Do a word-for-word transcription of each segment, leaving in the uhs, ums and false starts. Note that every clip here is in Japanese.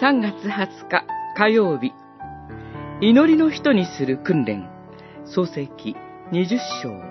さんがつはつか火曜日、祈りの人にする訓練、創世記にじゅっしょう。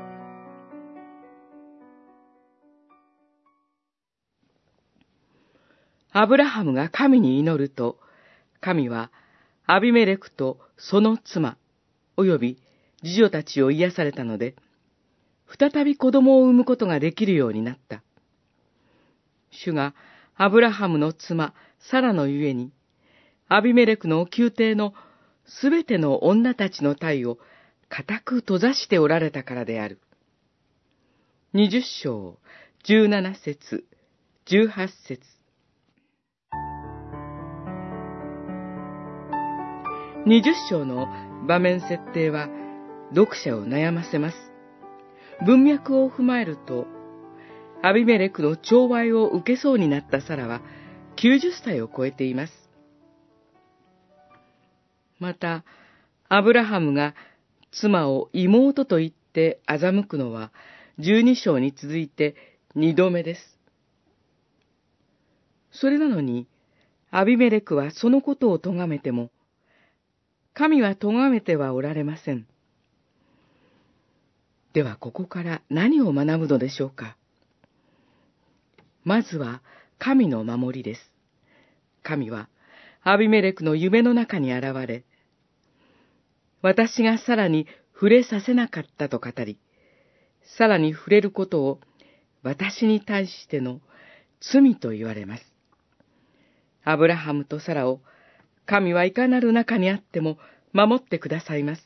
アブラハムが神に祈ると、神はアビメレクとその妻、および次女たちを癒されたので、再び子供を産むことができるようになった。主がアブラハムの妻、サラのゆえに、アビメレクの宮廷のすべての女たちの体を固く閉ざしておられたからである。二十章、十七節、十八節。二十章の場面設定は読者を悩ませます。文脈を踏まえると、アビメレクの寵愛を受けそうになったサラはきゅうじゅっさいを超えています。また、アブラハムが妻を妹と言って欺くのは十二章に続いて二度目です。それなのに、アビメレクはそのことを咎めても、神は咎めてはおられません。ではここから何を学ぶのでしょうか。まずは神の守りです。神はアビメレクの夢の中に現れ、私がサラに触れさせなかったと語り、サラに触れることを私に対しての罪と言われます。アブラハムとサラを神はいかなる中にあっても守ってくださいます。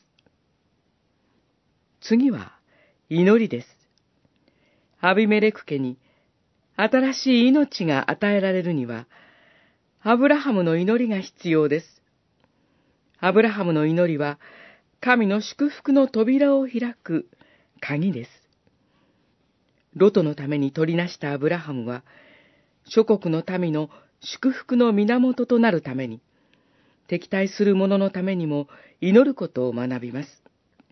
次は祈りです。アビメレク家に新しい命が与えられるには、アブラハムの祈りが必要です。アブラハムの祈りは、神の祝福の扉を開く鍵です。ロトのために取りなしたアブラハムは、諸国の民の祝福の源となるために、敵対する者のためにも祈ることを学びます。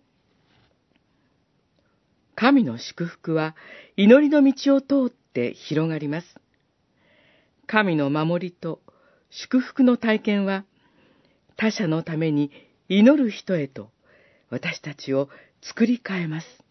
神の祝福は祈りの道を通って広がります。神の守りと祝福の体験は、他者のために祈る人へと私たちを作り変えます。